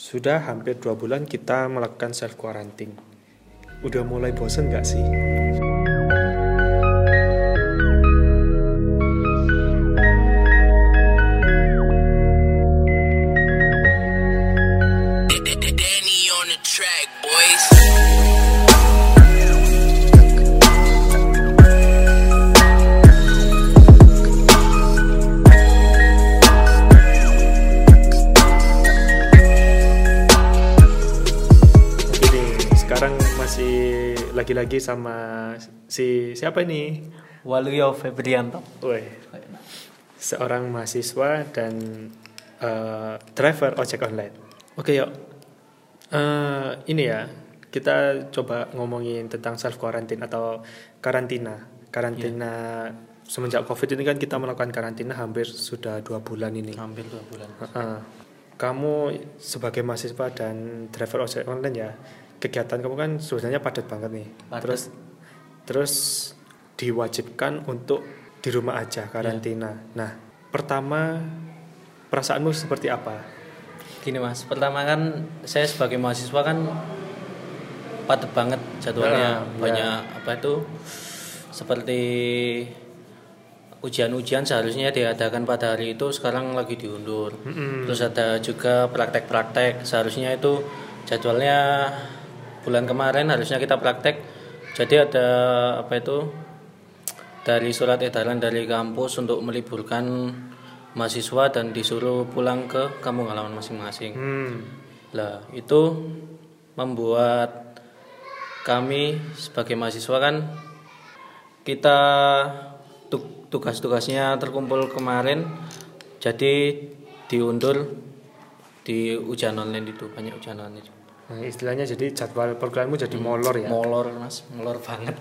Sudah hampir 2 bulan kita melakukan self quarantine. Udah mulai bosen gak sih? Danny on the track, boys. Oke nih, sekarang masih lagi-lagi sama si siapa ini? Waluyo Febrianto. Woi, seorang mahasiswa dan driver ojek online. Oke yuk, ini ya kita coba ngomongin tentang self quarantine atau karantina. Semenjak COVID ini kan kita melakukan karantina hampir sudah 2 bulan ini. Hampir 2 bulan. Kamu sebagai mahasiswa dan driver ojek online ya, kegiatan kamu kan sebenarnya padat banget nih. Padat. Terus diwajibkan untuk di rumah aja karantina. Nah, pertama perasaanmu seperti apa? Gini mas, pertama kan saya sebagai mahasiswa kan padat banget jadwalnya. Banyak apa itu, seperti ujian-ujian seharusnya diadakan pada hari itu sekarang lagi diundur. Terus ada juga praktek-praktek, seharusnya itu jadwalnya bulan kemarin harusnya kita praktek. Jadi ada apa itu, dari surat edaran dari kampus untuk meliburkan mahasiswa dan disuruh pulang ke kampung halaman masing-masing. Lah itu membuat kami sebagai mahasiswa kan, kita tugas-tugasnya terkumpul kemarin, jadi diundur di ujian online itu, banyak ujian online itu. Nah, istilahnya jadi jadwal programmu jadi molor ya. Molor mas, molor banget.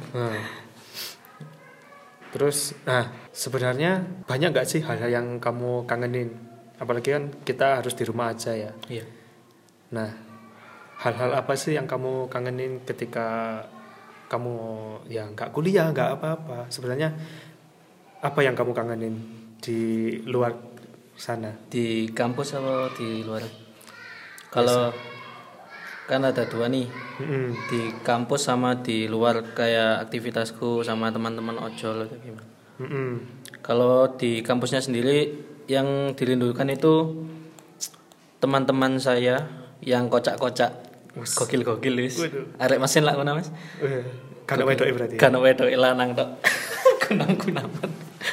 Terus, sebenarnya banyak nggak sih hal-hal yang kamu kangenin? Apalagi kan kita harus di rumah aja ya. Iya. Nah, hal-hal apa sih yang kamu kangenin ketika kamu ya nggak kuliah, nggak apa-apa? Sebenarnya apa yang kamu kangenin di luar sana? Di kampus atau di luar? Kalau kan ada dua nih, di kampus sama di luar, kayak aktivitasku sama teman-teman ojol atau gimana. Kalau di kampusnya sendiri yang dirindukan itu teman-teman saya yang kocak-kocak, gokil-gokil wis. Arek mesin lah ngono mas. Karena wedok berarti. Karena wedok lanang tok. Kunang-kunaman.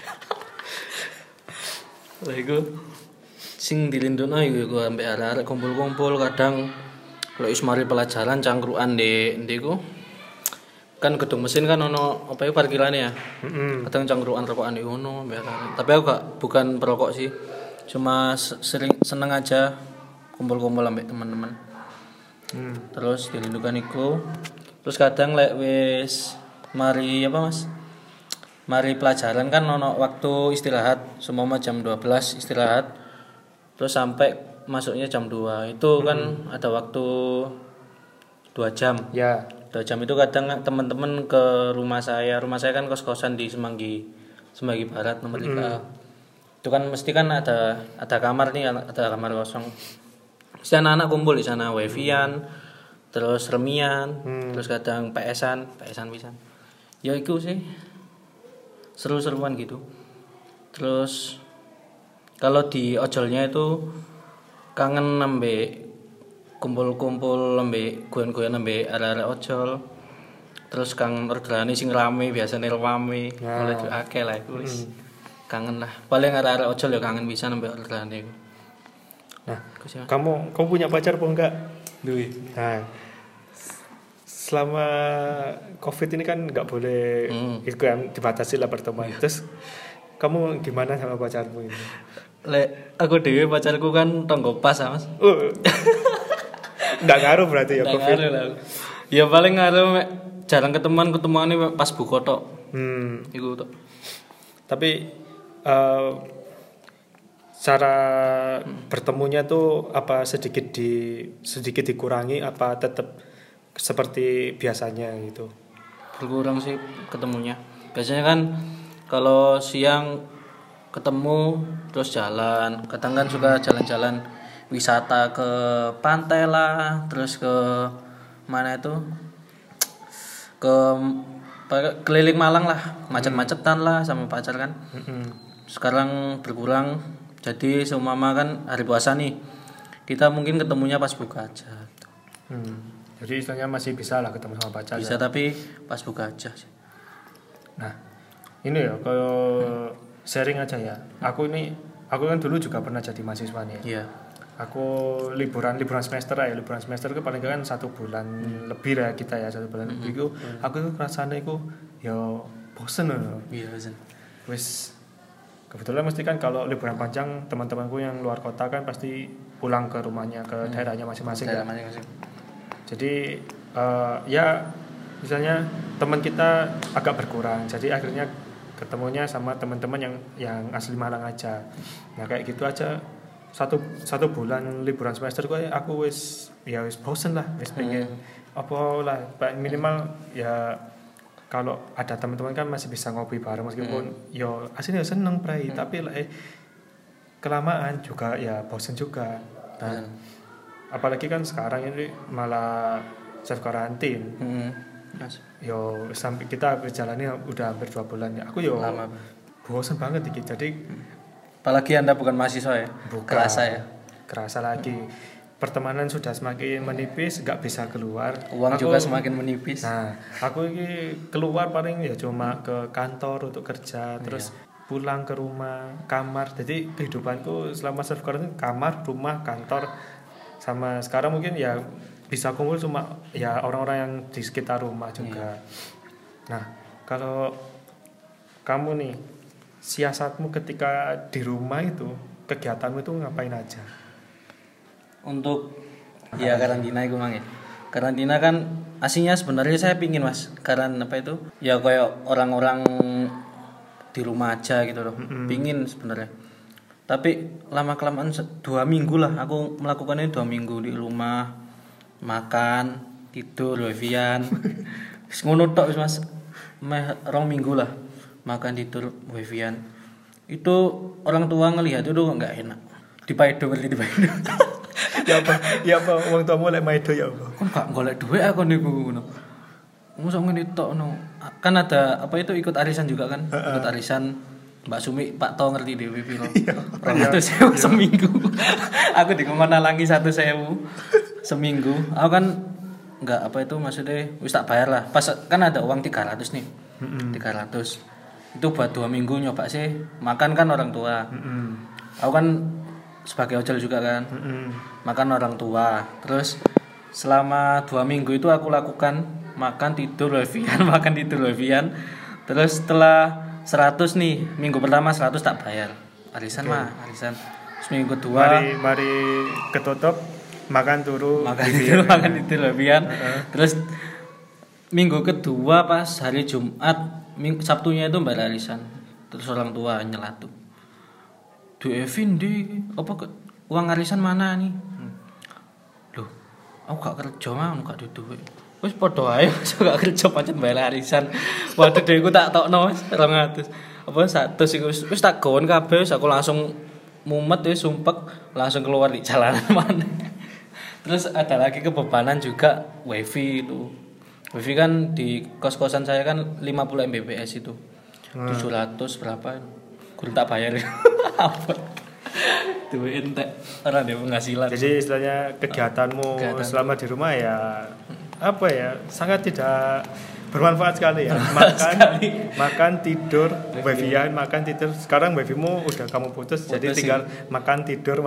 Lah iku sing dilindungi iku ambek arek-arek kumpul-kumpul, kadang kalau ismari pelajaran cangkruan di ku kan gedung mesin kan ono apa ya parkiran ya. Kadang cangkruan rokokan di ono ambek arek. Tapi aku bukan perokok sih. Cuma sering seneng aja kumpul-kumpul ambek teman-teman. Terus dilindungan iku. Terus kadang lek wis mari apa mas? Mari pelajaran kan ono waktu istirahat, semua jam 12 istirahat. Terus sampai masuknya jam 2. Itu kan ada waktu 2 jam. Ya. 2 jam itu kadang teman-teman ke rumah saya. Rumah saya kan kos-kosan di Semanggi Barat nomor 3. Itu kan mesti kan ada kamar nih, ada kamar kosong. Si anak-anak kumpul di sana, wifi-an, terus remian, terus kadang PS-an pisan. Ya itu sih. Seru-seruan gitu. Terus kalau di ojolnya itu kangen nembe kumpul-kumpul nembe goyan-goyan nembe arek-arek ojol. Terus kangen orderane sing rame, biasane rame, oleh akeh lah iku wis. Kangen lah. Paling arek-arek ojol ya kangen bisa nembe orderane iku. Nah, kamu punya pacar apa enggak? Duwe. Nah, selama COVID ini kan nggak boleh itu yang dibatasi lah pertemuan. Terus kamu gimana sama pacarmu ini? Lek aku dhewe pacarku kan tonggo pas mas. Nggak ngaruh berarti ya COVID. Ya paling ngaruh jarang ketemuan pas buka tok. Iku tok. Tapi cara bertemunya tuh apa sedikit dikurangi apa tetap seperti biasanya gitu? Berkurang sih ketemunya. Biasanya kan kalau siang ketemu terus jalan, kadang kan suka jalan-jalan wisata ke pantai lah, terus ke mana itu, ke keliling Malang lah, macet-macetan lah sama pacar kan. Sekarang berkurang, jadi seumpama kan hari puasa nih, kita mungkin ketemunya pas buka aja. Jadi istilahnya masih bisa lah ketemu sama pacar. Bisa tapi pas buka aja sih. Nah, ini ya kalau sharing aja ya. Aku kan dulu juga pernah jadi mahasiswa nih. Iya. Aku liburan semester ya. Liburan semester itu paling kan 1 bulan lebih lah kita ya, 1 bulan lebih itu. Aku itu rasanya itu ya bosen loh. Iya, bosen. Wis kebetulan mesti kan kalau liburan panjang teman-temanku yang luar kota kan pasti pulang ke rumahnya, ke daerahnya masing-masing. Jadi ya misalnya teman kita agak berkurang, jadi akhirnya ketemunya sama teman-teman yang asli Malang aja. Nah kayak gitu aja satu bulan liburan semester aku wis bosen lah, wis pengen apa lah minimal ya. Kalau ada teman-teman kan masih bisa ngopi bareng meskipun yo aslinya seneng prai, tapi kelamaan juga ya bosen juga. Nah, apalagi kan sekarang ini malah self karantin. Yo sampai kita berjalannya udah hampir 2 bulan ya. Aku yo lama. Bosen banget iki. Jadi apalagi Anda bukan mahasiswa ya. Kerasa ya. Kerasa lagi. Pertemanan sudah semakin menipis, nggak bisa keluar. Uang juga semakin menipis. Nah, aku ini keluar paling ya cuma ke kantor untuk kerja, terus pulang ke rumah, kamar. Jadi kehidupanku selama self quarantine kamar, rumah, kantor. Sama sekarang mungkin ya bisa kumpul cuma ya orang-orang yang di sekitar rumah juga. Nah, kalau kamu nih siasatmu ketika di rumah itu, kegiatanmu itu ngapain aja? Untuk ya karantina itu mang ya. Karantina kan aslinya sebenarnya saya pingin mas, karena apa itu ya kayak orang-orang di rumah aja gitu loh. Pingin sebenarnya. Tapi lama kelamaan 2 minggu lah aku melakukannya 2 minggu di rumah, makan, tidur, wifi-an. Ngono tok mas. 2 minggu lah makan, tidur, wifi-an. Itu orang tua ngelihat itu enggak enak. Dipaido ngerti dipaido. ya apa wong tuamu lek maido ya apa? Kon gak golek dhuwit aku niku ngono. Mosok ngene tok no. Kan ada apa itu ikut arisan juga kan? Ikut arisan Mbak Sumi, Pak To ngerti dhewe piro. 200.000 seminggu. Aku dikon nalangi 1.000 seminggu. Aku kan enggak apa itu maksudnya wis tak bayar lah. Pas kan ada uang 300 nih. 300. Itu buat 2 minggu nyoba sih. Makan kan orang tua. Aku kan sebagai ojol juga kan, makan orang tua. Terus selama 2 minggu itu aku lakukan makan tidur wifi-an, makan tidur wifi-an. Terus setelah 100 nih, minggu pertama 100 tak bayar. Arisan mah, arisan. Terus minggu kedua mari ketutup makan turu, makan tidur wifi-an. Terus minggu kedua pas hari Jumat, Sabtunya itu bayar arisan. Terus orang tua nyelatu. Evin di apa uang arisan mana nih? Loh, aku gak kerja mah, gak duit. Wis padha ae, gak kerja pancen bayar arisan. Waduh dhewe tak tokno Mas, 200. Apa 100 iku wis tak gawon kabeh, aku langsung mumet wis sumpek, langsung keluar di jalanan mana. Terus ada lagi kebebanan juga wifi itu. Wifi kan di kos-kosan saya kan 50 Mbps itu. 700 berapa? Kurang tak bayar. Apa? Duit entek orang dia penghasilan. Jadi istilahnya kegiatanmu selama di rumah ya apa ya sangat tidak bermanfaat sekali ya. Makan tidur, wifi-an, makan tidur. Sekarang wifi-mu udah kamu putus jadi tinggal makan tidur.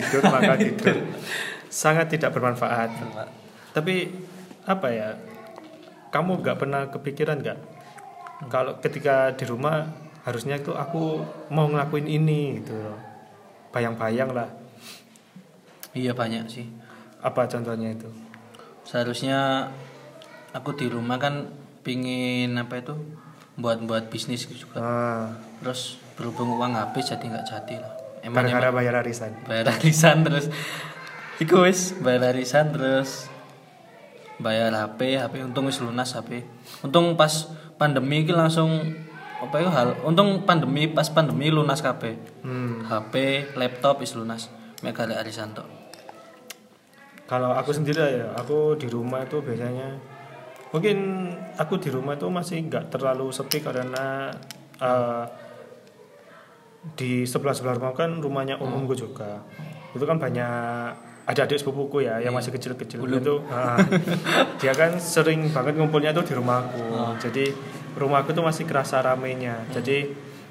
Sangat tidak bermanfaat. Tapi apa ya? Kamu nggak pernah kepikiran nggak kalau ketika di rumah harusnya itu aku mau ngelakuin ini gitu loh. Bayang-bayang lah. Iya banyak sih. Apa contohnya itu? Seharusnya aku di rumah kan pingin apa itu buat bisnis juga. Terus berhubung uang habis jadi nggak jadi lah. Gara-gara bayar arisan. Bayar arisan terus. Iku wis bayar arisan terus bayar HP untung wis lunas HP. Untung pas pandemi iki langsung apa itu untung pas pandemi lunas kabeh. HP, laptop is lunas. Mek gale arisan tok. Kalau aku sendiri ya, aku di rumah itu biasanya mungkin aku di rumah itu masih nggak terlalu sepi karena di sebelah rumah kan rumahnya omku juga. Itu kan banyak ada adik sepupuku ya yang masih kecil-kecil itu. Dia kan sering banget ngumpulnya tuh di rumahku. Jadi rumahku tuh masih kerasa ramenya. Jadi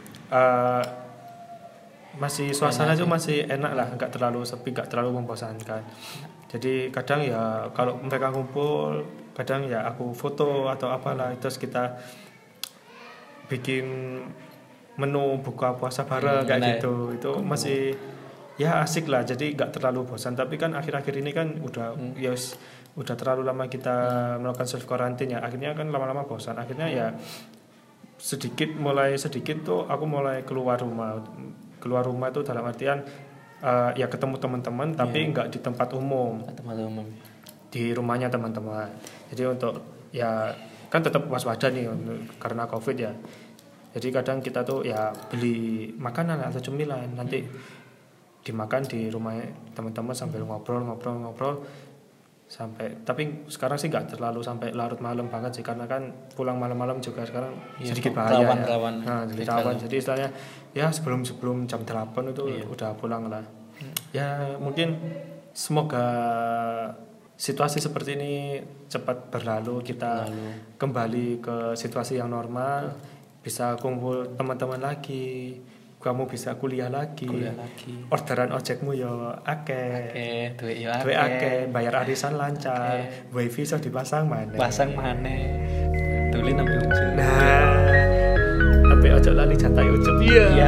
masih suasana itu masih enak lah, nggak terlalu sepi, nggak terlalu membosankan. Jadi kadang ya kalau mereka ngumpul, kadang ya aku foto atau apalah, terus kita bikin menu buka puasa bareng kayak gitu. Itu masih ya asik lah, jadi nggak terlalu bosan. Tapi kan akhir-akhir ini kan udah udah terlalu lama kita melakukan self quarantine ya, akhirnya kan lama-lama bosan. Akhirnya ya mulai sedikit tuh aku mulai keluar rumah itu dalam artian ya ketemu teman-teman tapi nggak di tempat umum, di rumahnya teman-teman. Jadi untuk ya kan tetap waspada nih karena COVID ya. Jadi kadang kita tuh ya beli makanan atau cemilan nanti dimakan di rumah teman-teman sambil ngobrol sampai. Tapi sekarang sih nggak terlalu sampai larut malam banget sih, karena kan pulang malam-malam juga sekarang sedikit bahaya rawan. Rawan. Jadi istilahnya ya sebelum jam 8 itu udah pulang lah. Ya mungkin semoga situasi seperti ini cepat berlalu, kita kembali ke situasi yang normal, bisa kumpul teman-teman lagi, kamu bisa kuliah lagi. Orderan ojekmu yo akeh, duit akeh, bayar arisan lancar, wifi iso dipasang maneh. Tuli nang ujung. Nah, tapi ojo lali jatah ujub ya.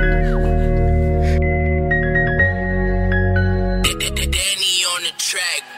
Danny on the track,